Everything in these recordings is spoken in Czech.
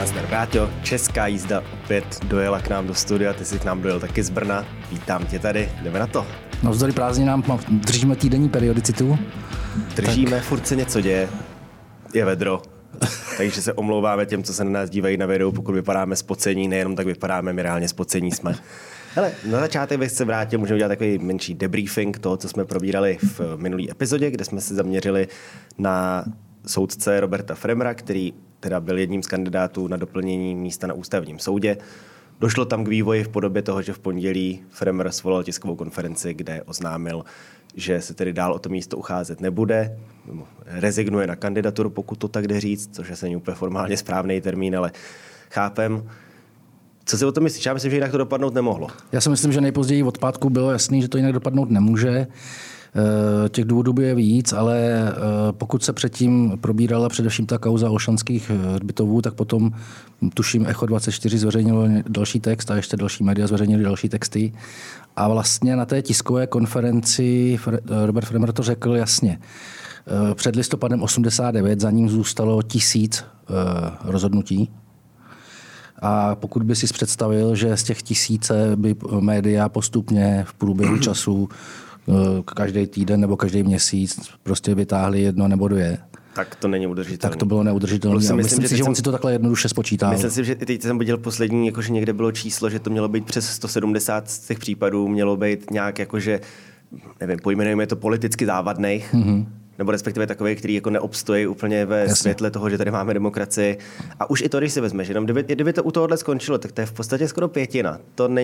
Nazdar, Vráťo, česká jízda opět dojela k nám do studia, ty jsi k nám dojel taky z Brna, vítám tě tady, jdeme na to. Navzdory prázdninám držíme týdenní periodicitu. Držíme, tak furt se něco děje, je vedro, takže se omlouváme těm, co se na nás dívají na videu, pokud vypadáme spocení, nejenom tak vypadáme, my reálně spocení jsme. Hele, na začátek bych se vrátil, můžeme udělat takový menší debriefing toho, co jsme probírali v minulý epizodě, kde jsme se zaměřili na soudce Roberta Fremera, který teda byl jedním z kandidátů na doplnění místa na ústavním soudě. Došlo tam k vývoji v podobě toho, že v pondělí Fremer svolal tiskovou konferenci, kde oznámil, že se tedy dál o to místo ucházet nebude, rezignuje na kandidaturu, pokud to tak jde říct, což je není úplně formálně správný termín, ale chápem. Co si o tom myslíš? Já myslím, že jinak to dopadnout nemohlo. Já si myslím, že nejpozději od pátku bylo jasný, že to jinak dopadnout nemůže. Těch důvodů je víc, ale pokud se předtím probírala především ta kauza Olšanských hřbitovů, tak potom tuším Echo 24 zveřejnilo další text a ještě další média zveřejnili další texty. A vlastně na té tiskové konferenci Robert Fremer to řekl jasně. Před listopadem 89 za ním zůstalo 1000 rozhodnutí. A pokud by si představil, že z těch 1000 by média postupně v průběhu času každý týden nebo každý měsíc prostě vytáhli 1 nebo 2. Tak to není udržitelné. Tak to bylo neudržitelné. Myslím si, že on si to takhle jednoduše spočítal. Myslím si, že teď jsem viděl poslední, jakože někde bylo číslo, že to mělo být přes 170 z těch případů, mělo být nějak jakože, nevím, pojmenujeme to politicky závadných, nebo respektive takové, který jako neobstojí úplně ve světle toho, že tady máme demokracii. A už i to, když si vezmeš, jenom kdyby to u tohohle skončilo, tak to je v podstatě skoro 1/5.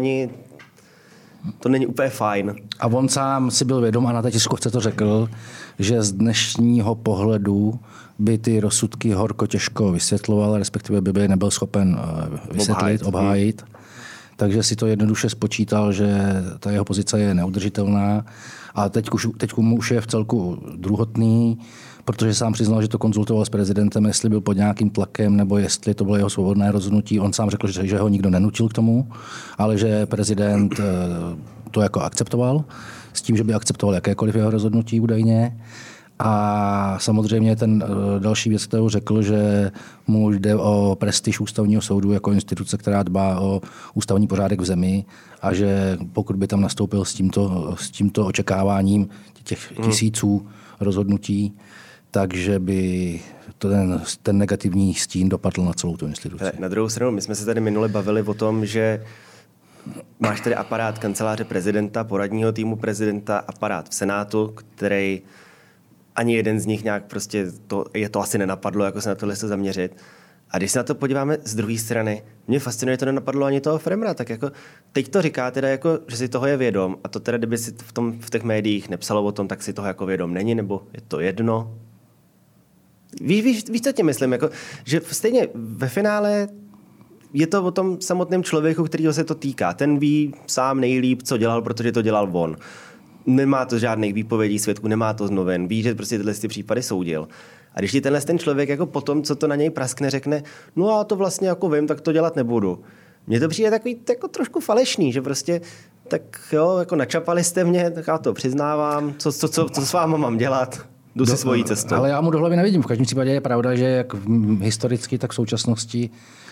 To není úplně fajn. A on sám si byl vědom a na té tiskovce to řekl, že z dnešního pohledu by ty rozsudky horko těžko vysvětloval, respektive by nebyl schopen vysvětlit, obhájit. Takže si to jednoduše spočítal, že ta jeho pozice je neudržitelná. A teď už je v celku druhotný, protože sám přiznal, že to konzultoval s prezidentem, jestli byl pod nějakým tlakem, nebo jestli to bylo jeho svobodné rozhodnutí. On sám řekl, že ho nikdo nenutil k tomu, ale že prezident to jako akceptoval, s tím, že by akceptoval jakékoliv jeho rozhodnutí údajně. A samozřejmě ten další věc, kterou řekl, že mu jde o prestiž ústavního soudu jako instituce, která dbá o ústavní pořádek v zemi a že pokud by tam nastoupil s tímto očekáváním těch 1000 rozhodnutí, takže by ten negativní stín dopadl na celou tu instituci. Na druhou stranu, my jsme se tady minule bavili o tom, že máš tady aparát kanceláře prezidenta, poradního týmu prezidenta, aparát v Senátu, který ani jeden z nich nějak prostě to asi nenapadlo, jako se na tohle se zaměřit. A když se na to podíváme z druhé strany, mě fascinuje, že to nenapadlo ani toho Fremera, tak jako teď to říká teda jako, že si toho je vědom a to teda, kdyby si v těch médiích nepsalo o tom, tak si toho jako vědom není, nebo je to jedno. Víš, co tím myslím, jako, že stejně ve finále je to o tom samotném člověku, kterýho se to týká. Ten ví sám nejlíp, co dělal, protože to dělal on. Nemá to žádných výpovědí svědků, nemá to z novin, ví, že prostě tyhle případy soudil. A když ti ten člověk jako potom, co to na něj praskne, řekne, no a to vlastně jako vím, tak to dělat nebudu. Mně to přijde takový jako trošku falešný, že prostě tak jo, jako načapali jste mě, tak já to přiznávám, co s váma mám dělat, jdu si svojí cestou. Ale já mu do hlavy nevidím. V každém případě je pravda, že jak historicky, tak v současnosti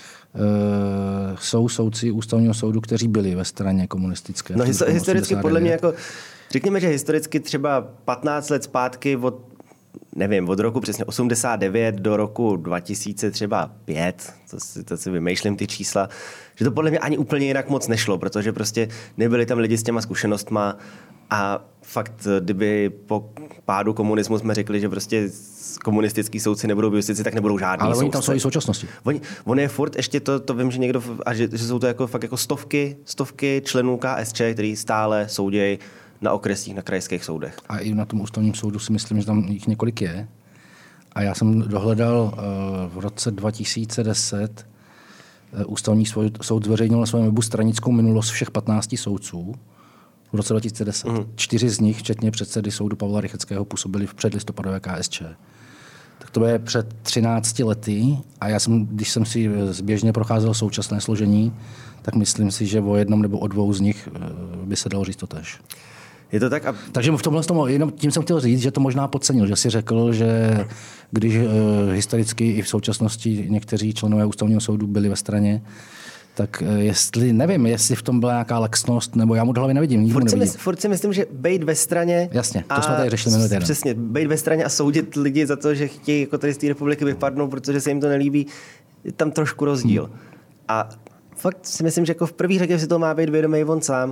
jsou soudci ústavního soudu, kteří byli ve straně komunistické. No historicky podle mě jako řekněme, že historicky třeba 15 let zpátky od roku přesně 89 do roku 2005, to si vymýšlím ty čísla, že to podle mě ani úplně jinak moc nešlo, protože prostě nebyli tam lidi s těma zkušenostma a fakt, kdyby po pádu komunismu jsme řekli, že prostě komunistický soudci nebudou v justici, tak nebudou žádný soudci. Ale oni tam jsou i v současnosti. On je furt, ještě to vím, že někdo, a že jsou to jako fakt jako stovky členů KSČ, který stále soudějí na okresních, na krajských soudech. A i na tom ústavním soudu si myslím, že tam jich několik je. A já jsem dohledal v roce 2010 ústavní soud zveřejnil na svém webu stranickou minulost všech 15 soudců. V roce 2010. 4 z nich, včetně předsedy soudu Pavla Rychetského, působili v předlistopadové KSČ. Tak to je před 13 lety a když jsem si zběžně procházel současné složení, tak myslím si, že o jednom nebo o 2 z nich by se dalo říct totéž. Je to tak? Takže v tomhle tomu, jenom tím jsem chtěl říct, že to možná podcenil, že si řekl, že když historicky i v současnosti někteří členové ústavního soudu byli ve straně, tak nevím, jestli v tom byla nějaká laxnost, nebo já mu do hlavy nevidím. Furt si myslím, že bejt ve straně. Jasně, to jsme tady řešili minulý týden. Přesně, bejt ve straně a soudit lidi za to, že chtějí jako tady z té republiky vypadnout, protože se jim to nelíbí, je tam trošku rozdíl. A fakt si myslím, že jako v první řadě si to má být vědomý on sám.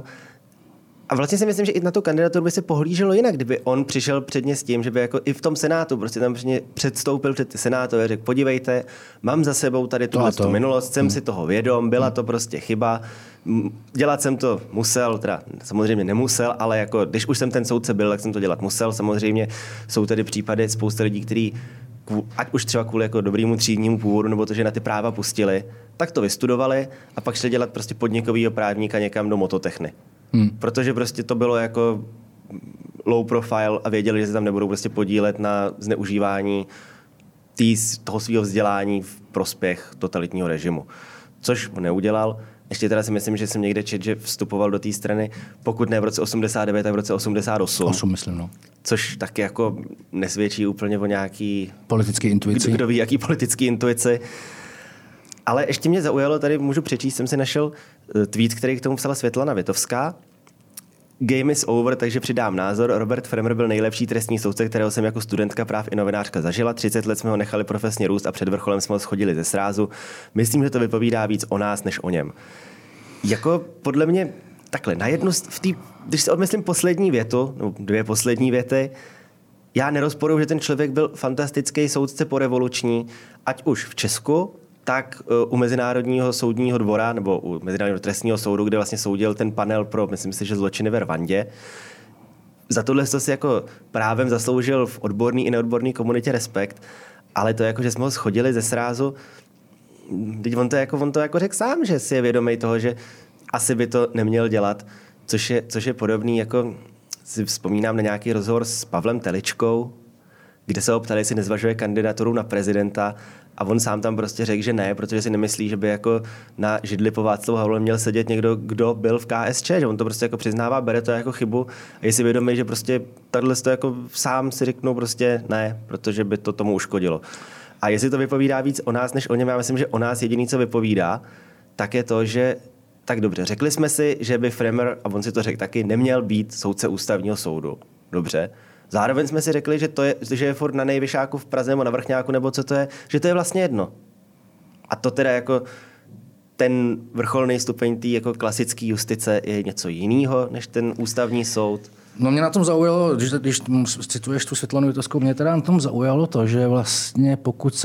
A vlastně si myslím, že i na tu kandidaturu by se pohlíželo jinak, kdyby on přišel předně s tím, že by jako i v tom Senátu prostě tam předstoupil před ty senátory a řekl, podívejte, mám za sebou tady tu minulost, jsem si toho vědom, byla to prostě chyba, dělat jsem to musel, teda samozřejmě nemusel, ale jako když už jsem ten soudce byl, tak jsem to dělat musel. Samozřejmě jsou tady případy spousta lidí, kteří ať už třeba kvůli jako dobrému třídnímu původu, nebo to, že na ty práva pustili, tak to vystudovali a pak šli dělat prostě podnikovýho právníka někam do mototechny. Protože prostě to bylo jako low profile a věděli, že se tam nebudou prostě podílet na zneužívání toho svého vzdělání v prospěch totalitního režimu. Což on neudělal. Ještě teda si myslím, že jsem někde četl, že vstupoval do té strany, pokud ne v roce 89, tak v roce 88. 8, myslím, no. Což taky jako nesvědčí úplně o nějaký politický intuici. Kdo ví, jaký politický intuici. Ale ještě mě zaujalo, tady můžu přečíst, jsem si našel tweet, který k tomu psala Světlana Větovská. Game is over, takže přidám názor. Robert Fremer byl nejlepší trestní soudce, kterého jsem jako studentka práv i novinářka zažila. 30 let jsme ho nechali profesně růst a před vrcholem jsme ho schodili ze srázu. Myslím, že to vypovídá víc o nás, než o něm. Jako podle mě takhle, když si odmyslím poslední větu, nebo 2 poslední věty, já nerozporuji, že ten člověk byl fantastický soudce porevoluční, ať už v Česku, tak u Mezinárodního soudního dvora nebo u Mezinárodního trestního soudu, kde vlastně soudil ten panel pro, myslím si, že zločiny ve Rwandě. Za tohle si jako právem zasloužil v odborné i neodborné komunitě respekt, ale to jako, že jsme ho schodili ze srázu, teď on to jako řekl sám, že si je vědomý toho, že asi by to neměl dělat, což je podobný, jako si vzpomínám na nějaký rozhovor s Pavlem Teličkou, kde se ho ptali, jestli nezvažuje kandidaturu na prezidenta a on sám tam prostě řekl, že ne, protože si nemyslí, že by jako na židli po Václavu Havlovi měl sedět někdo, kdo byl v KSČ, že on to prostě jako přiznává, bere to jako chybu a je si vědomý, že prostě tadyhle to jako sám si řeknou prostě ne, protože by to tomu uškodilo. A jestli to vypovídá víc o nás, než o něm, já myslím, že o nás jediný, co vypovídá, tak je to, že tak dobře, řekli jsme si, že by Fremer, a on si to řekl taky, neměl být soudce ústavního soudu. Dobře. Zároveň jsme si řekli, že je furt na Nejvyšáku v Praze nebo na Vrchňáku, nebo co to je, že to je vlastně jedno. A to teda jako ten vrcholný stupeň té jako klasické justice je něco jiného než ten ústavní soud. No mě na tom zaujalo, když cituješ tu Světlanu Větovskou, mě teda na tom zaujalo to, že vlastně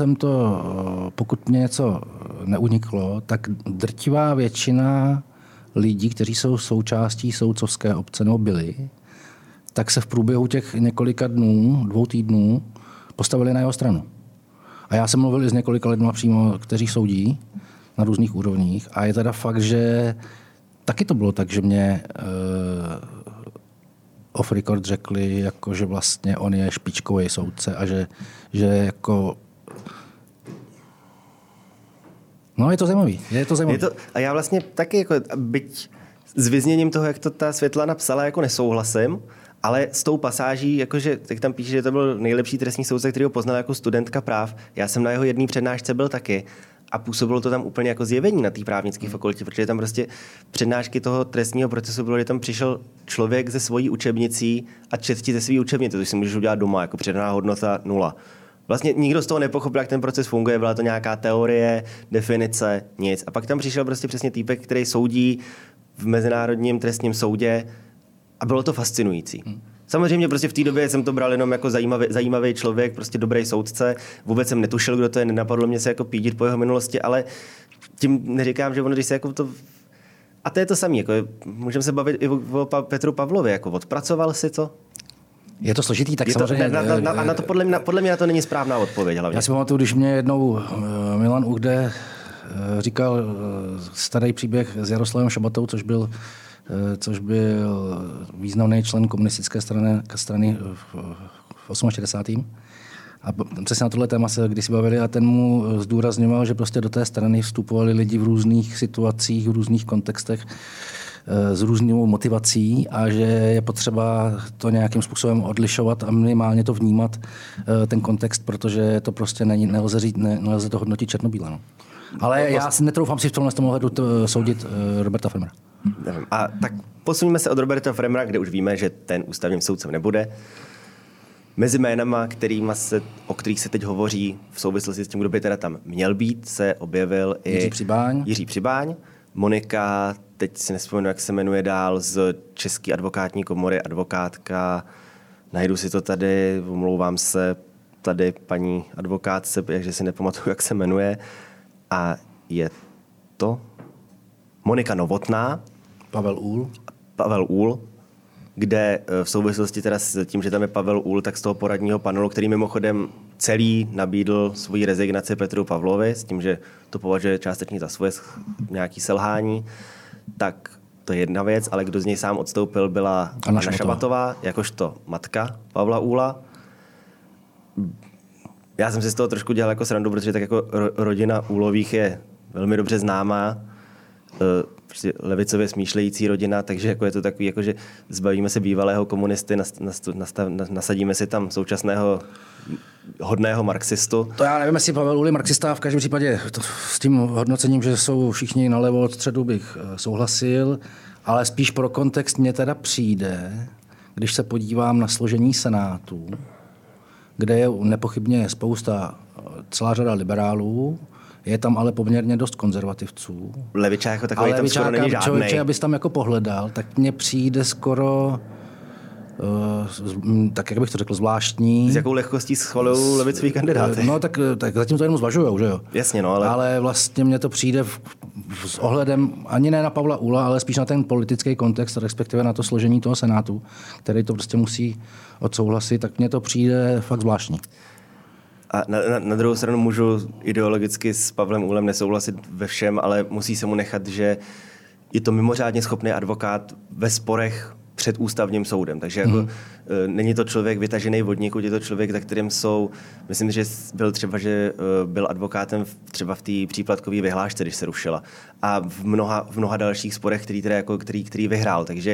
pokud mě něco neuniklo, tak drtivá většina lidí, kteří jsou součástí soudcovské obce nebo byli, tak se v průběhu těch několika dnů, 2 týdnů, postavili na jeho stranu. A já jsem mluvil i s několika lidmi přímo, kteří soudí na různých úrovních. A je teda fakt, že taky to bylo tak, že mě off record řekli, jako, že vlastně on je špičkový soudce a že jako... No, je to zajímavý. A já vlastně taky, jako, byť s vyzněním toho, jak to ta Světlana psala, jako nesouhlasím, ale s tou pasáží, jakože tak tam píše, že to byl nejlepší trestní soudce, který ho poznal jako studentka práv. Já jsem na jeho jedné přednášce byl taky a působilo to tam úplně jako zjevení na té právnické fakultě, protože tam prostě přednášky toho trestního procesu bylo, že tam přišel člověk ze svojí učebnicí a četl ze své učebnice, což si můžeš udělat doma, jako přidaná hodnota 0. Vlastně nikdo z toho nepochopil, jak ten proces funguje, byla to nějaká teorie, definice, nic. A pak tam přišel prostě přesně týpek, který soudí v Mezinárodním trestním soudě a bylo to fascinující. Samozřejmě prostě v té době jsem to bral jenom jako zajímavý člověk, prostě dobrý soudce. Vůbec jsem netušil, kdo to je, nenapadlo mě se jako pídit po jeho minulosti, ale tím neříkám, že ono, když se jako to... A to je to samé, jako můžeme se bavit i o Petru Pavlovi, jako odpracoval si to? Je to složitý, tak samozřejmě... A na to podle mě na to není správná odpověď. Hlavně. Já si pamatuju, když mě jednou Milan Uhde říkal starý příběh s Jaroslavem Šabatou, což byl významný člen komunistické strany v 68. A přesně na tohle téma se kdysi bavili a ten mu zdůrazňoval, že prostě do té strany vstupovali lidi v různých situacích, v různých kontextech s různou motivací a že je potřeba to nějakým způsobem odlišovat a minimálně to vnímat, ten kontext, protože to prostě nelze to hodnotit černobíle. No. Ale já netroufám si v tomhle ohledu soudit Roberta Fremera. A tak posuníme se od Roberta Fremera, kde už víme, že ten ústavním soudcem nebude. Mezi jménama, o kterých se teď hovoří v souvislosti s tím, kdo by teda tam měl být, se objevil i Jiří Přibáň. Monika, teď si nespomenu, jak se jmenuje dál, z České advokátní komory, advokátka, najdu si to tady, omlouvám se, tady paní advokátce, takže si nepamatuju, jak se jmenuje. A je to Monika Novotná. Pavel Úhl, kde v souvislosti teda s tím, že tam je Pavel Úhl, tak z toho poradního panelu, který mimochodem celý nabídl svoji rezignaci Petru Pavlovi, s tím, že to považuje částečně za svoje nějaké selhání, tak to je jedna věc, ale kdo z něj sám odstoupil, byla Anna Šabatová, jakožto matka Pavla Úhla. Já jsem si z toho trošku dělal jako srandu, protože tak jako rodina Úhlových je velmi dobře známá, prostě levicově smýšlející rodina, takže jako je to takový, jako že zbavíme se bývalého komunisty, nasadíme si tam současného hodného marxistu. To já nevím, jestli Pavel Úhl je marxista, v každém případě s tím hodnocením, že jsou všichni nalevo od středu, bych souhlasil, ale spíš pro kontext mě teda přijde, když se podívám na složení Senátu, kde je nepochybně celá řada liberálů, je tam ale poměrně dost konzervativců. Levičák jako takový tam skoro není žádnej. Člověče, abys tam jako pohledal, tak mně přijde skoro, tak jak bych to řekl, zvláštní. S jakou lehkostí schvalují levicový kandidáty? No tak zatím to jenom zvažujou, že jo? Jasně, no, ale vlastně mně to přijde s ohledem ani ne na Pavla Úhla, ale spíš na ten politický kontext, respektive na to složení toho Senátu, který to prostě musí odsouhlasit, tak mně to přijde fakt zvláštní. A na druhou stranu můžu ideologicky s Pavlem Úhlem nesouhlasit ve všem, ale musí se mu nechat, že je to mimořádně schopný advokát ve sporech před ústavním soudem. Takže jako není to člověk vytažený vodníku, je to člověk, za kterým jsou, myslím, že byl advokátem třeba v té příplatkové vyhlášce, když se rušila. A v mnoha dalších sporech, který vyhrál. Takže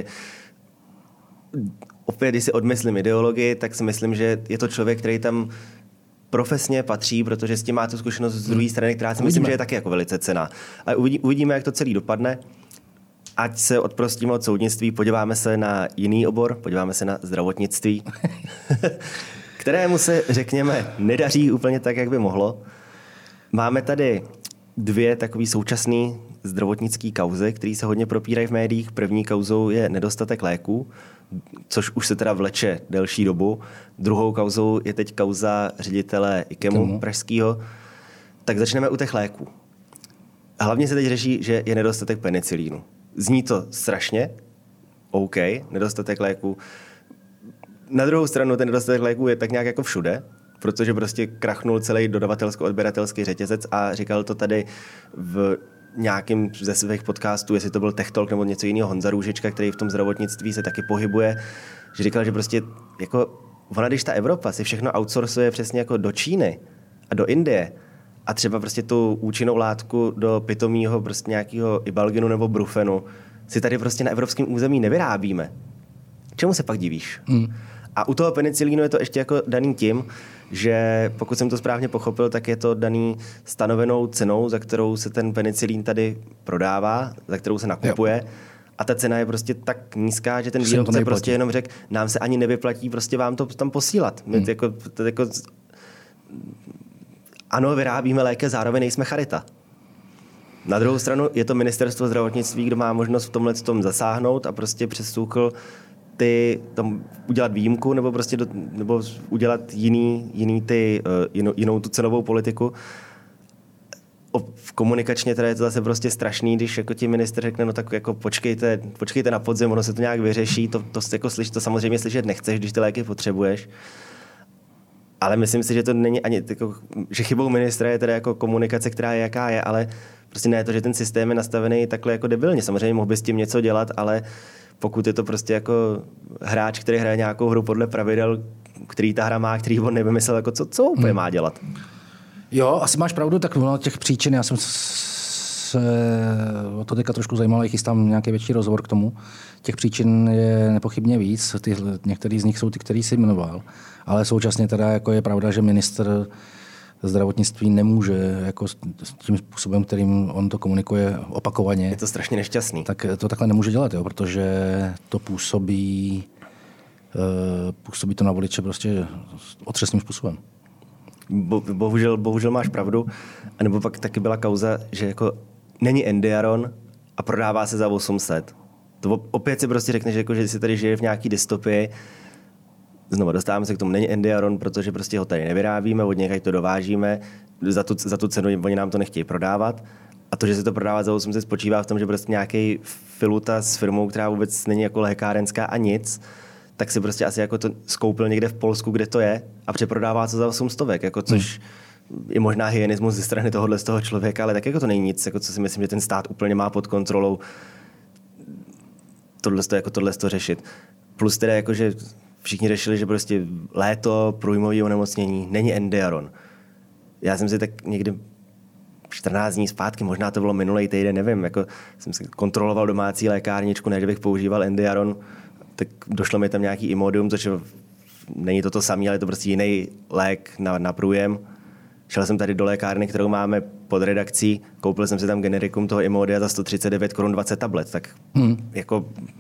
opět, když si odmyslím ideologii, tak si myslím, že je to člověk, který tam profesně patří, protože s tím má tu zkušenost z druhé strany, která si myslím, že je taky jako velice cenná. Ale uvidíme, jak to celý dopadne. Ať se odprostíme od soudnictví, podíváme se na jiný obor, podíváme se na zdravotnictví, kterému se, řekněme, nedaří úplně tak, jak by mohlo. Máme tady dvě takové současné zdravotnické kauzy, které se hodně propírají v médiích. První kauzou je nedostatek léků, což už se teda vleče delší dobu. Druhou kauzou je teď kauza ředitele IKEMu pražského. Tak začneme u těch léků. Hlavně se teď řeší, že je nedostatek penicilínu. Zní to strašně, OK, nedostatek léků. Na druhou stranu ten nedostatek léků je tak nějak jako všude, protože prostě krachnul celý dodavatelsko-odběratelský řetězec a říkal to tady v nějakým ze svých podcastů, jestli to byl Tech Talk nebo něco jiného, Honza Růžička, který v tom zdravotnictví se taky pohybuje, že říkal, že prostě jako ona, když ta Evropa si všechno outsourcuje přesně jako do Číny a do Indie a třeba prostě tu účinnou látku do pitomího prostě nějakého Ibalginu nebo Brufenu si tady prostě na evropském území nevyrábíme. Čemu se pak divíš? A u toho penicilínu je to ještě jako daný tím, že pokud jsem to správně pochopil, tak je to daný stanovenou cenou, za kterou se ten penicilín tady prodává, za kterou se nakupuje. Jo. A ta cena je prostě tak nízká, že ten výrobce prostě jenom řekl, nám se ani nevyplatí prostě vám to tam posílat. My ano, vyrábíme léky, zároveň nejsme charita. Na druhou stranu je to ministerstvo zdravotnictví, kdo má možnost v tomhle tom zasáhnout a prostě přes SÚKL tam udělat výjimku nebo prostě nebo udělat jinou tu cenovou politiku. Komunikačně teda je to zase prostě strašný, když jako ti ministr řekne, no tak jako počkejte na podzim, ono se to nějak vyřeší, to samozřejmě slyšet nechceš, když ty léky potřebuješ. Ale myslím si, že to není ani, jako, že chybou ministra je teda jako komunikace, která je jaká je, ale prostě ne to, že ten systém je nastavený takhle jako debilně. Samozřejmě mohl by s tím něco dělat, ale pokud je to prostě jako hráč, který hraje nějakou hru podle pravidel, který ta hra má, který on nevymyslel, jako co úplně má dělat. Jo, asi máš pravdu, tak ono těch příčin, já jsem se o to teďka trošku zajímalo, chystám nějaký větší rozhovor k tomu. Těch příčin je nepochybně víc, některý z nich jsou ty, který jsi jmenoval, ale současně teda jako je pravda, že ministr zdravotnictví nemůže jako s tím způsobem, kterým on to komunikuje opakovaně. Je to strašně nešťastný. Tak to takhle nemůže dělat, jo, protože to působí to na voliče prostě otřesným způsobem. Bohužel máš pravdu. A nebo pak taky byla kauza, že jako není Endiaron a prodává se za 800. To opět si prostě řekneš, jako, že si tady žije v nějaký dystopii. Znovu dostáváme se k tomu, není Endiaron, protože prostě ho tady nevyrábíme, od někaď to dovážíme, za tu cenu oni nám to nechtějí prodávat. A to, že se to prodává za 800, spočívá v tom, že prostě nějaký filuta s firmou, která vůbec není jako lékárenská a nic, tak si prostě asi jako to skoupil někde v Polsku, kde to je, a přeprodává to za 800, jako což je možná hyenismus ze strany z toho člověka, ale tak jako to není nic, jako co si myslím, že ten stát úplně má pod kontrolou tohle řešit. Plus teda jako, že všichni řešili, že prostě léto, průjmový onemocnění, není Endiaron. Já jsem si tak někdy 14 dní zpátky, možná to bylo minulý týden, nevím, jako jsem si kontroloval domácí lékárničku, ne, že bych používal Endiaron, tak došlo mi tam nějaký Imodium, což není to samé, ale je to prostě jiný lék na průjem. Šel jsem tady do lékárny, kterou máme pod redakcí, koupil jsem si tam generikum toho Imodia za 139 korun 20 tablet, tak jako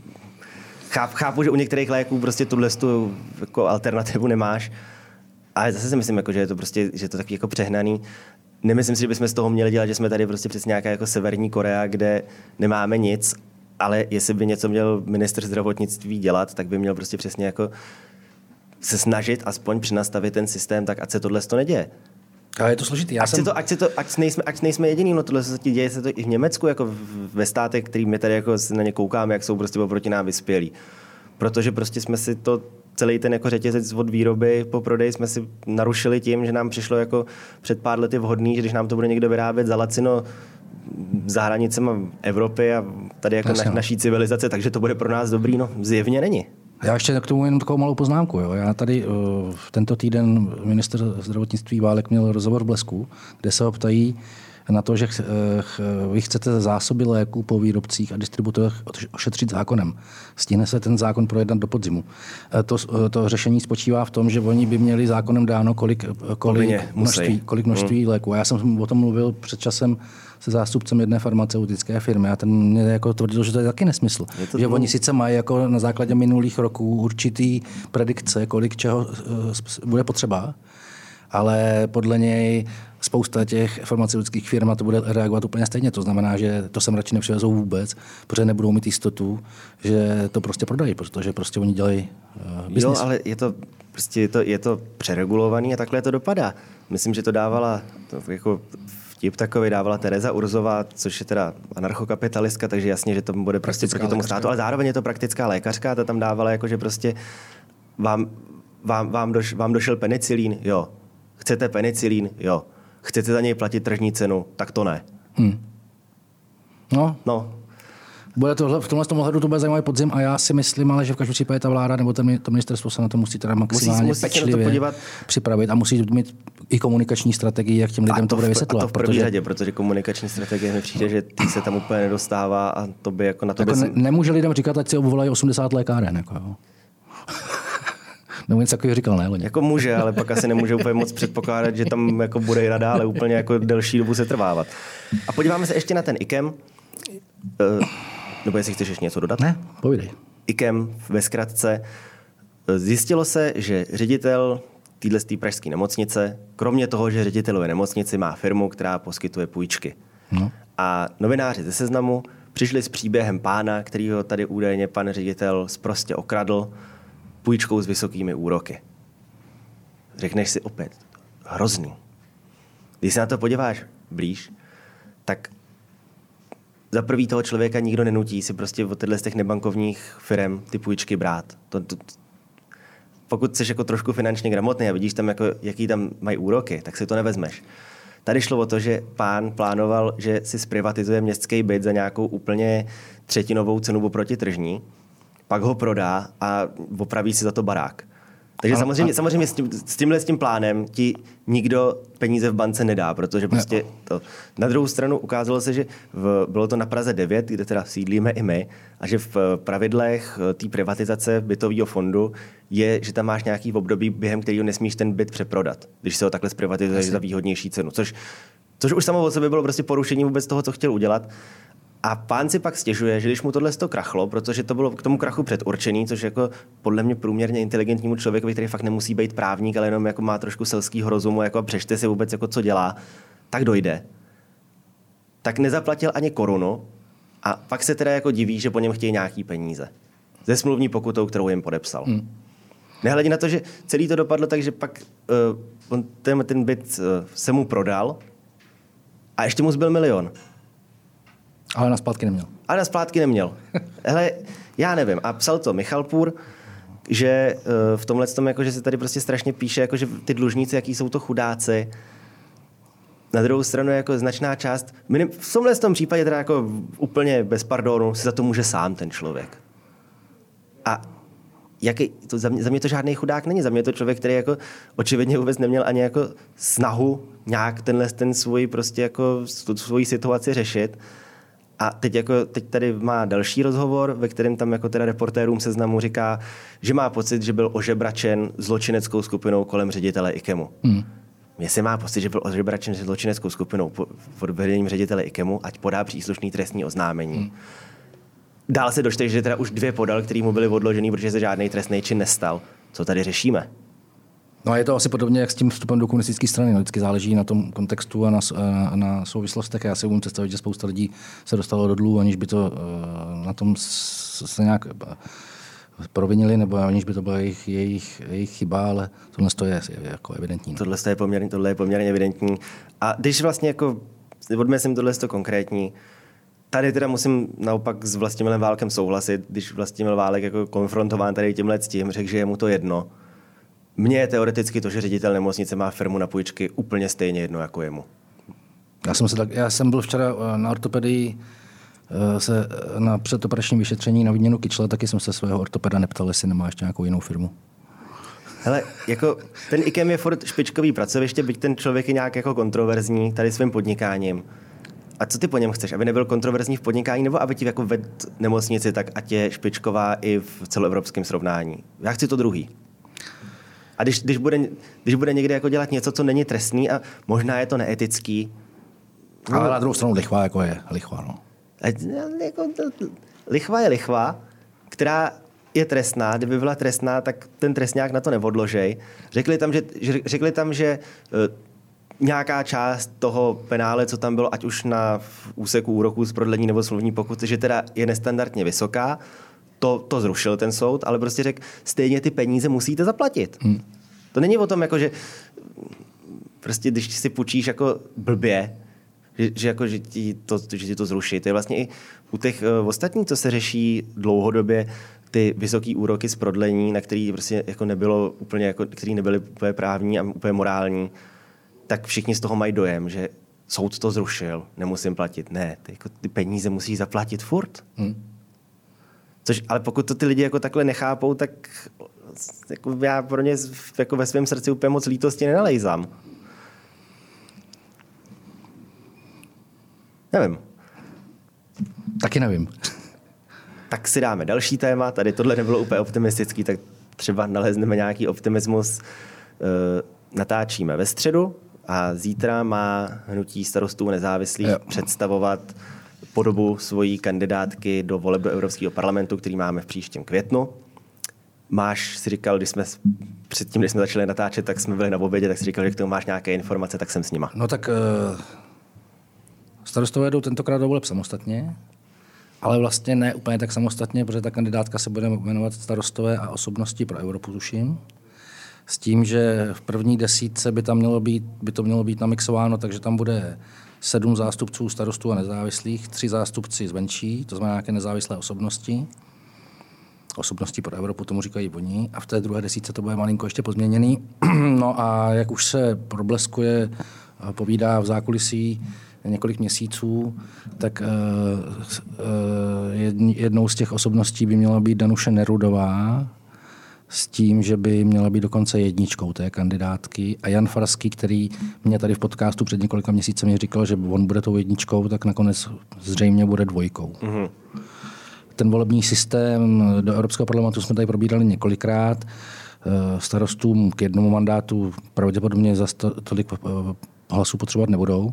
chápu, že u některých léků prostě tuhle jako alternativu nemáš, ale zase si myslím, jako, že je to prostě, že je to taky jako přehnaný. Nemyslím si, že bychom z toho měli dělat, že jsme tady prostě přesně nějaká jako Severní Korea, kde nemáme nic, ale jestli by něco měl ministr zdravotnictví dělat, tak by měl prostě přesně jako se snažit aspoň přinastavit ten systém tak, ať se tohle neděje. Ale je to složitý. Ať nejsme jediný, no tohle se děje se to i v Německu, jako ve státech, který my tady jako na ně koukáme, jak jsou prostě oproti nám vyspělí. Protože prostě jsme si to celý ten jako řetězec od výroby po prodej jsme si narušili tím, že nám přišlo jako před pár lety vhodný, že když nám to bude někdo vyrábět za lacino za hranicemi Evropy a tady jako naší civilizace, takže to bude pro nás dobrý, no zjevně není. Já ještě k tomu jenom takovou malou poznámku. Jo. Já tady tento týden ministr zdravotnictví Válek měl rozhovor v Blesku, kde se ho ptají na to, že vy chcete zásoby léků po výrobcích a distributorech ošetřit zákonem. Stihne se ten zákon projednat do podzimu. To řešení spočívá v tom, že oni by měli zákonem dáno kolik množství léků. A já jsem o tom mluvil před časem se zástupcem jedné farmaceutické firmy a ten mě jako tvrdil, že to je taky nesmysl. Že oni sice mají jako na základě minulých roků určitý predikce, kolik čeho bude potřeba, ale podle něj spousta těch farmaceutických firm na to bude reagovat úplně stejně. To znamená, že to sem radši nepřivezou vůbec, protože nebudou mít jistotu, že to prostě prodají, protože prostě oni dělají biznis. Jo, ale je to přeregulovaný a takhle to dopadá. Myslím, že to dávala jako vtip takový dávala Tereza Urzová, což je teda anarchokapitalistka, takže jasně, že to bude prostě proti tomu státu, ale zároveň je to praktická lékařka, ta tam dávala jako, že prostě vám došel penicilín, jo. Chcete penicilín, jo. Chcete za něj platit tržní cenu, tak to ne. No. Bude v tomhle ohledu to bude zajímavý podzim a já si myslím, ale že v každém případě ta vláda nebo to ministerstvo se na to musí teda maximálně pečlivě připravit a musí mít i komunikační strategii, jak těm lidem to bude vysvětlovat. A to v první řadě, protože komunikační strategie mi přijde, že ty se tam úplně nedostává a to by jako na to jako nemůže lidem říkat, ať si obvolají 80 lékáren. Jako, jo. Nebo něco takového říkal, ne? Jako může, ale pak asi nemůže úplně moc předpokládat, že tam jako bude i nadále úplně jako delší dobu se trvávat. A podíváme se ještě na ten IKEM. Nebo jestli chceš ještě něco dodat? Ne, povídej. IKEM ve zkratce. Zjistilo se, že ředitel této pražské nemocnice, kromě toho, že ředitelově nemocnici má firmu, která poskytuje půjčky. No. A novináři ze Seznamu přišli s příběhem pána, kterýho tady údajně pan ředitel sprostě okradl půjčkou s vysokými úroky. Řekneš si opět, hrozný. Když se na to podíváš blíž, tak za prvý toho člověka nikdo nenutí si prostě od z těch nebankovních firem ty půjčky brát. Pokud jsi jako trošku finančně gramotný a vidíš tam, jako, jaký tam mají úroky, tak si to nevezmeš. Tady šlo o to, že pán plánoval, že si zprivatizuje městský byt za nějakou úplně třetinovou cenu oproti tržní, pak ho prodá a opraví si za to barák. Takže samozřejmě s tím plánem ti nikdo peníze v bance nedá, protože prostě to. Na druhou stranu ukázalo se, že bylo to na Praze 9, kde teda sídlíme i my, a že v pravidlech té privatizace bytového fondu je, že tam máš nějaký období, během kterého nesmíš ten byt přeprodat, když se ho takhle zprivatizuješ za výhodnější cenu. Což už samo o sobě bylo prostě porušení vůbec toho, co chtěl udělat. A pán si pak stěžuje, že když mu tohle krachlo, protože to bylo k tomu krachu předurčený, což jako podle mě průměrně inteligentnímu člověku, který fakt nemusí být právník, ale jenom jako má trošku selskýho rozumu, jako přečte si vůbec, jako co dělá, tak dojde. Tak nezaplatil ani korunu a pak se teda jako diví, že po něm chtějí nějaký peníze. Ze smluvní pokutou, kterou jim podepsal. Nehledě na to, že celý to dopadlo tak, že pak ten byt se mu prodal a ještě mu zbyl 1 milion. Ale na splátky neměl. Hele, já nevím. A psal to Michal Půr, že v tomhle tom, jako, že se tady prostě strašně píše, jako, že ty dlužníci, jaký jsou to chudáci. Na druhou stranu jako značná část, v tomhle tom případě teda jako úplně bez pardonu si za to může sám ten člověk. A za mě to žádný chudák není. Za mě je to člověk, který jako očividně vůbec neměl ani jako snahu nějak ten svůj prostě jako svoji situaci řešit. A teď tady má další rozhovor, ve kterém tam jako teda reportérům Seznamu říká, že má pocit, že byl ožebračen zločineckou skupinou kolem ředitele IKEMu. Jestli má pocit, že byl ožebračen zločineckou skupinou pod vedením ředitele IKEMu, ať podá příslušný trestní oznámení. Dál se dočte, že teda už 2 podal, který mu byly odložený, protože se žádný trestný čin nestal. Co tady řešíme? No a je to asi podobně, jak s tím vstupem do komunistické strany. No, vždycky záleží na tom kontextu a na souvislostech. Já si umím představit, že spousta lidí se dostalo do dluhu, aniž by to na tom se nějak provinili, nebo aniž by to byla jejich chyba, ale tohle je jako evidentní. Tohle je poměrně evidentní. A když vlastně jako odmyslím tohle konkrétní, tady teda musím naopak s Vlastimilem Válkem souhlasit, když Vlastimil Válek jako konfrontován tady tímhle s tím, řekl, že je mu to jedno. Mně je teoreticky to, že ředitel nemocnice má firmu na půjčky, úplně stejně jedno jako jemu. Já jsem byl včera na ortopedii na předoperačním vyšetření na výměnu kyčle, taky jsem se svého ortopeda neptal, jestli nemá ještě nějakou jinou firmu. Hele, jako ten IKEM je furt špičkový pracoviště, byť ten člověk je nějak jako kontroverzní tady svým podnikáním. A co ty po něm chceš? Aby nebyl kontroverzní v podnikání, nebo aby ti jako vedl nemocnici, tak ať je špičková i v celoevropském srovnání? Já chci to druhý. A když bude někde jako dělat něco, co není trestný a možná je to neetický. Ale na druhou stranu lichva jako je lichva, no. Lichva je lichva, která je trestná. Kdyby byla trestná, tak ten trestňák na to neodložej. Řekli tam, že nějaká část toho penále, co tam bylo, ať už na úseku úroků z prodlení nebo smluvní pokuty, že teda je nestandardně vysoká. To zrušil ten soud, ale prostě řekl, stejně ty peníze musíte zaplatit. To není o tom, jako, že prostě když si půjčíš jako blbě, že ti to zruší. To je vlastně i u těch ostatních, co se řeší dlouhodobě, ty vysoký úroky z prodlení, na který prostě jako nebylo úplně, jako, který nebyly úplně právní a úplně morální, tak všichni z toho mají dojem, že soud to zrušil, nemusím platit. Ne, ty peníze musíš zaplatit furt. Ale pokud to ty lidi jako takhle nechápou, tak jako já pro ně jako ve svém srdci úplně moc lítosti nenalejzám. Nevím. Taky nevím. Tak si dáme další téma. Tady tohle nebylo úplně optimistický, tak třeba nalezneme nějaký optimismus. Natáčíme ve středu a zítra má hnutí Starostů nezávislých představovat podobu svojí kandidátky do voleb do Evropského parlamentu, který máme v příštím květnu. Máš, si říkal, když jsme začali natáčet, tak jsme byli na obědě, tak si říkal, že k tomu máš nějaké informace, tak jsem s nima. No tak Starostové jdou tentokrát do voleb samostatně, ale vlastně ne úplně tak samostatně, protože ta kandidátka se bude jmenovat Starostové a osobnosti pro Evropu, tuším. S tím, že v první desítce by to mělo být namixováno, takže tam bude 7 zástupců Starostů a nezávislých, 3 zástupci zvenčí, to znamená nějaké nezávislé osobnosti. Osobnosti pro Evropu, tomu říkají oni. A v té druhé desítce to bude malinko ještě pozměněný. No a jak už se probleskuje, povídá v zákulisí několik měsíců, tak jednou z těch osobností by měla být Danuše Nerudová, s tím, že by měla být dokonce jedničkou té kandidátky. A Jan Farský, který mě tady v podcastu před několika měsíci mi říkal, že on bude tou jedničkou, tak nakonec zřejmě bude dvojkou. Mm-hmm. Ten volební systém do Evropského parlamentu jsme tady probírali několikrát. Starostům k jednomu mandátu pravděpodobně za tolik hlasů potřebovat nebudou.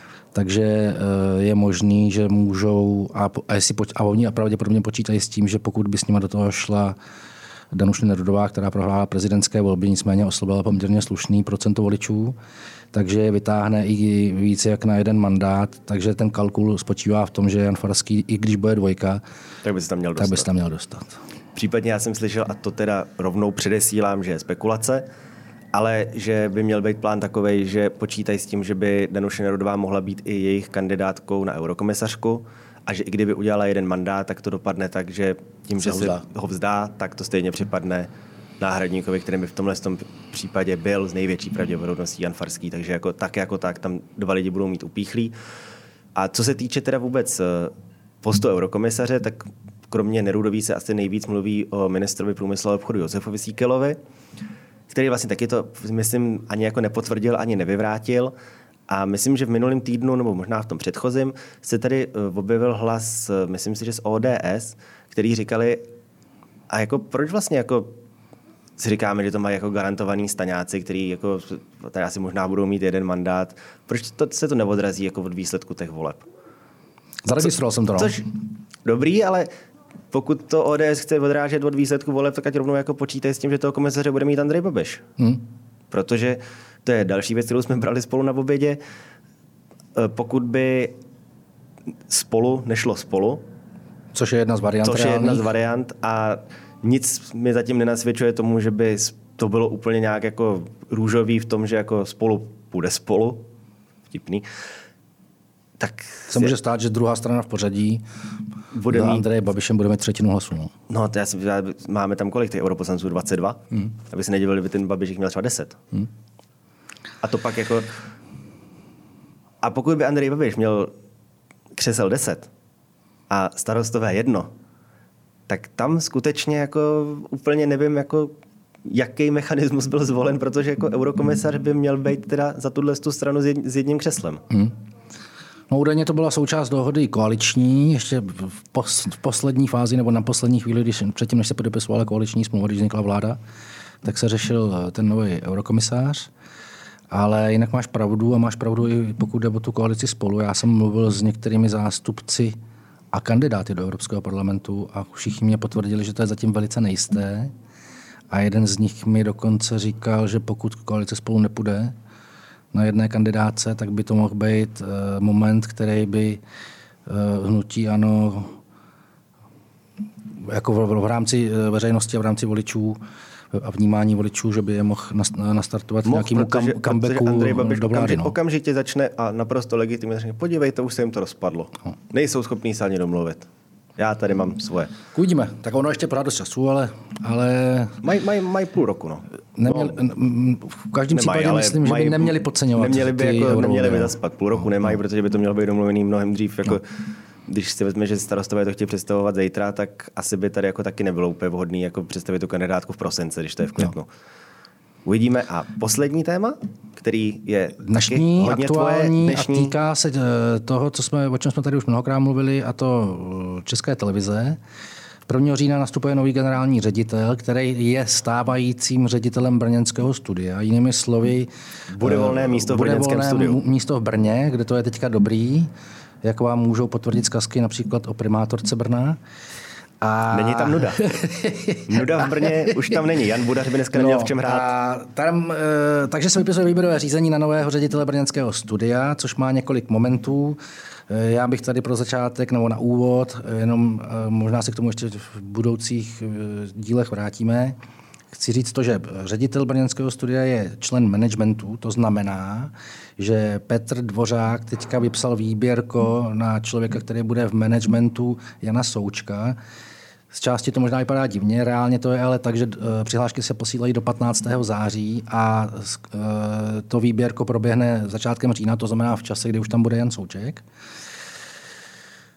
Takže je možný, že můžou, a oni pravděpodobně počítají s tím, že pokud by s nimi do toho šla Danuše Nerudová, která prohrála prezidentské volby, nicméně oslabila poměrně slušný procento voličů, takže je vytáhne i více jak na jeden mandát, takže ten kalkul spočívá v tom, že Jan Farský, i když bude dvojka, tak by se tam měl dostat. Případně já jsem slyšel, a to teda rovnou předesílám, že je spekulace, ale že by měl být plán takovej, že počítají s tím, že by Danuše Nerudová mohla být i jejich kandidátkou na eurokomisařku a že i kdyby udělala jeden mandát, tak to dopadne tak, že tím, že se ho vzdá, tak to stejně připadne náhradníkovi, který by v tomhle případě byl z největší pravděpodobností Jan Farský, takže jako tak tam dva lidi budou mít upíchlí. A co se týče teda vůbec postu eurokomisaře, tak kromě Nerudový se asi nejvíc mluví o ministrovi průmyslu a obchodu Josefovi Síkelovi, který vlastně taky to, myslím, ani jako nepotvrdil, ani nevyvrátil. A myslím, že v minulém týdnu, nebo možná v tom předchozím, se tady objevil hlas, myslím si, že z ODS, který říkali, a jako proč vlastně jako si říkáme, že to mají jako garantovaný staňáci, který jako tady asi možná budou mít jeden mandát. Proč se to neodrazí jako od výsledku těch voleb? Zaregistroval jsem to, no. Což dobrý, ale pokud to ODS chce odrážet od výsledku voleb, tak ať rovnou jako počítají s tím, že toho komisaře bude mít Andrej Babiš. Protože to je další věc, kterou jsme brali spolu na obědě. Pokud by spolu nešlo spolu, což je jedna z variant a nic mi zatím nenasvědčuje tomu, že by to bylo úplně nějak jako růžový v tom, že jako spolu půjde spolu. Vtipný. Tak se může stát, že druhá strana v pořadí bude mít Andreje Babišem bude mít třetinu hlasů. No to máme tam kolik těch europoslanců? 22? Aby se nedivili, by ten Babiš měl třeba 10. A to pak jako... A pokud by Andrej Babiš měl křesel 10 a starostové 1, tak tam skutečně jako úplně nevím, jako jaký mechanismus byl zvolen, protože jako eurokomisař by měl být teda za tuhle stranu s jedním křeslem. No, údajně to byla součást dohody koaliční, ještě v poslední fázi nebo na poslední chvíli, předtím, než se podepisovala koaliční smlouva, když vznikla vláda, tak se řešil ten nový eurokomisář. Ale jinak máš pravdu a máš pravdu i pokud jde o tu koalici Spolu. Já jsem mluvil s některými zástupci a kandidáty do Evropského parlamentu a všichni mě potvrdili, že to je zatím velice nejisté. A jeden z nich mi dokonce říkal, že pokud koalice Spolu nepůjde na jedné kandidáce, tak by to mohl být moment, který by hnutí ANO jako v rámci veřejnosti a v rámci voličů a vnímání voličů, že by je mohl nastartovat nějakému comebacku Andrej Babiš do vlády. Okamžitě začne a naprosto legitimně řekne, podívejte, už se jim to rozpadlo. Nejsou schopní se ani domluvit. Já tady mám svoje. Uvidíme. Tak ono ještě pořád dost času, ale... Mají půl roku, no. V každém případě myslím, že by neměli podceňovat. Neměli by zaspat. Půl roku nemají, protože by to mělo být domluvený mnohem dřív. Jako, když si vezme, že starostové to chtějí představovat zítra, tak asi by tady jako taky nebylo úplně vhodný jako představit tu kandidátku v prosince, když to je v květnu. Uvidíme. A poslední téma, který je dnešní, hodně aktuální a týká se toho, o čem jsme tady už mnohokrát mluvili, a to České televize. 1. října nastupuje nový generální ředitel, který je stávajícím ředitelem brněnského studia. Jinými slovy, bude volné místo v brněnském studiu. Místo v Brně, kde to je teďka dobrý, jak vám můžou potvrdit zkazky například o primátorce Brna. Není tam nuda. Nuda v Brně už tam není. Jan Budař by dneska neměl v čem hrát. Takže se vypisuje výběrové řízení na nového ředitele brněnského studia, což má několik momentů. Já bych tady pro začátek nebo na úvod, jenom možná se k tomu ještě v budoucích dílech vrátíme. Chci říct to, že ředitel brněnského studia je člen managementu, to znamená, že Petr Dvořák teďka vypsal výběrko na člověka, který bude v managementu Jana Součka. Z části to možná vypadá divně, reálně to je ale tak, že přihlášky se posílají do 15. září a to výběrko proběhne začátkem října, to znamená v čase, kdy už tam bude Jan Souček.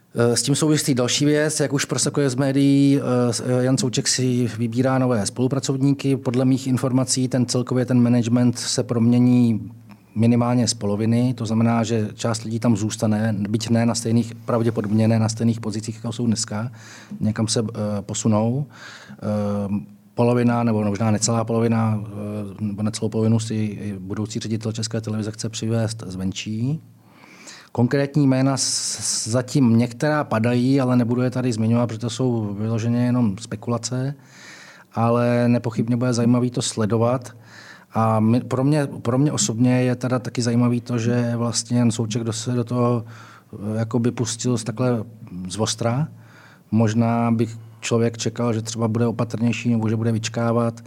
S tím souvisí další věc, jak už prosakuje z médií, Jan Souček si vybírá nové spolupracovníky. Podle mých informací celkově ten management se promění minimálně z poloviny, to znamená, že část lidí tam zůstane, byť ne na stejných, pravděpodobně ne na stejných pozicích, jako jsou dneska, někam se posunou. Polovina, nebo možná necelá polovina, nebo necelou polovinu si budoucí ředitel České televize chce přivést zvenčí. Konkrétní jména zatím některá padají, ale nebudu je tady zmiňovat, protože to jsou vyloženě jenom spekulace, ale nepochybně bude zajímavý to sledovat. A pro mě osobně je teda taky zajímavý to, že vlastně Jan Souček se do toho jakoby pustil takhle z ostra. Možná bych člověk čekal, že třeba bude opatrnější nebo že bude vyčkávat.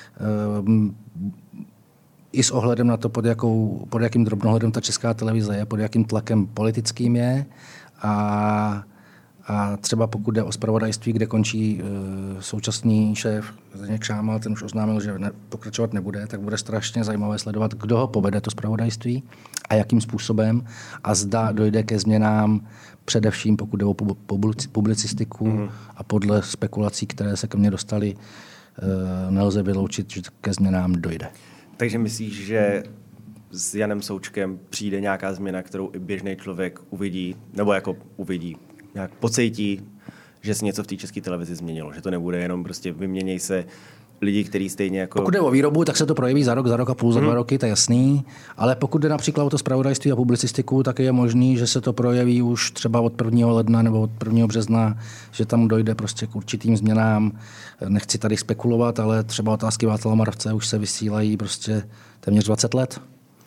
I s ohledem na to, pod jakým drobnohledem ta Česká televize je, pod jakým tlakem politickým je. A třeba pokud jde o zpravodajství, kde končí současný šéf Zdeněk Šámal, ten už oznámil, že pokračovat nebude, tak bude strašně zajímavé sledovat, kdo ho povede to zpravodajství a jakým způsobem a zda dojde ke změnám, především pokud jde o publicistiku a podle spekulací, které se ke mně dostaly, nelze vyloučit, že ke změnám dojde. Takže myslíš, že s Janem Součkem přijde nějaká změna, kterou i běžný člověk uvidí, nebo jako uvidí, nějak pocítí, že se něco v té České televizi změnilo, že to nebude jenom prostě vyměněj se lidi, kteří stejně jako... Pokud jde o výrobu, tak se to projeví za rok a půl, za 2 roky, to je jasný, ale pokud jde například o to zpravodajství a publicistiku, tak je možný, že se to projeví už třeba od 1. ledna nebo od 1. března, že tam dojde prostě k určitým změnám. Nechci tady spekulovat, ale třeba Otázky Václava Moravce už se vysílají prostě téměř 20 let.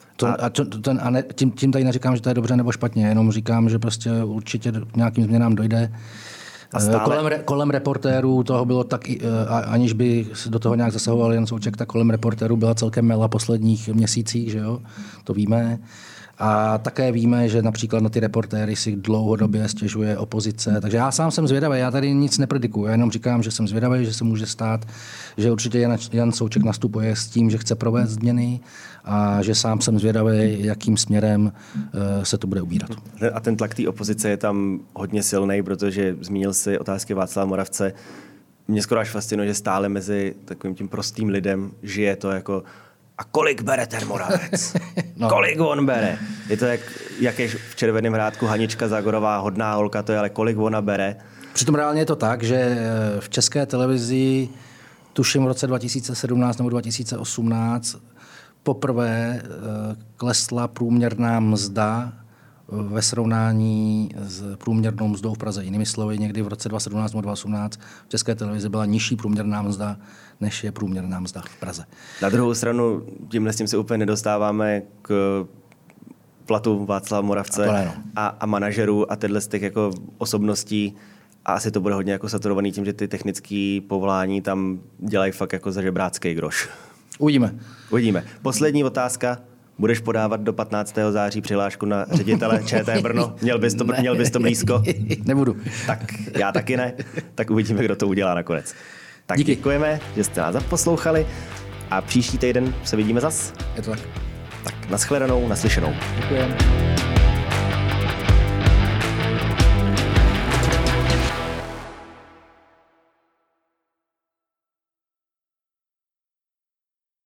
Tím tady neříkám, že to je dobře nebo špatně, jenom říkám, že prostě určitě k nějakým změnám dojde. Kolem reportérů toho bylo tak, aniž by do toho nějak zasahoval Jan Souček, tak kolem reportérů byla celkem mela posledních měsících, že jo? To víme. A také víme, že například na ty reportéry si dlouhodobě stěžuje opozice. Takže já sám jsem zvědavý, já tady nic nepredikuju, já jenom říkám, že jsem zvědavý, že se může stát, že určitě Jan Souček nastupuje s tím, že chce provést změny a že sám jsem zvědavý, jakým směrem se to bude ubírat. A ten tlak té opozice je tam hodně silný, protože zmínil si Otázky Václava Moravce. Mě skoro až fascinuje, že stále mezi takovým tím prostým lidem žije to jako a kolik bere ten Moravec? No. Kolik on bere? Je to jak je v Červeném Hrádku Hanička Zagorová, hodná holka, to je, ale kolik ona bere? Přitom reálně je to tak, že v České televizi tuším v roce 2017 nebo 2018 poprvé klesla průměrná mzda ve srovnání s průměrnou mzdou v Praze. Jinými slovy, někdy v roce 2017 nebo 2018 v České televizi byla nižší průměrná mzda, než je průměrná mzda v Praze. Na druhou stranu, tímhle s tím se úplně nedostáváme k platu Václava Moravce a manažerů a tyhle z těch jako osobností. A asi to bude hodně jako saturovaný tím, že ty technické povolání tam dělají fakt jako za žebrácký groš. Uvidíme. Poslední otázka. Budeš podávat do 15. září přihlášku na ředitele ČT Brno? Měl bys to blízko? Nebudu. Tak já taky ne. Tak uvidíme, kdo to udělá nakonec. Tak díky. Děkujeme, že jste nás poslouchali a příští týden se vidíme zas. Je to tak. Tak nashledanou, naslyšenou. Děkujeme.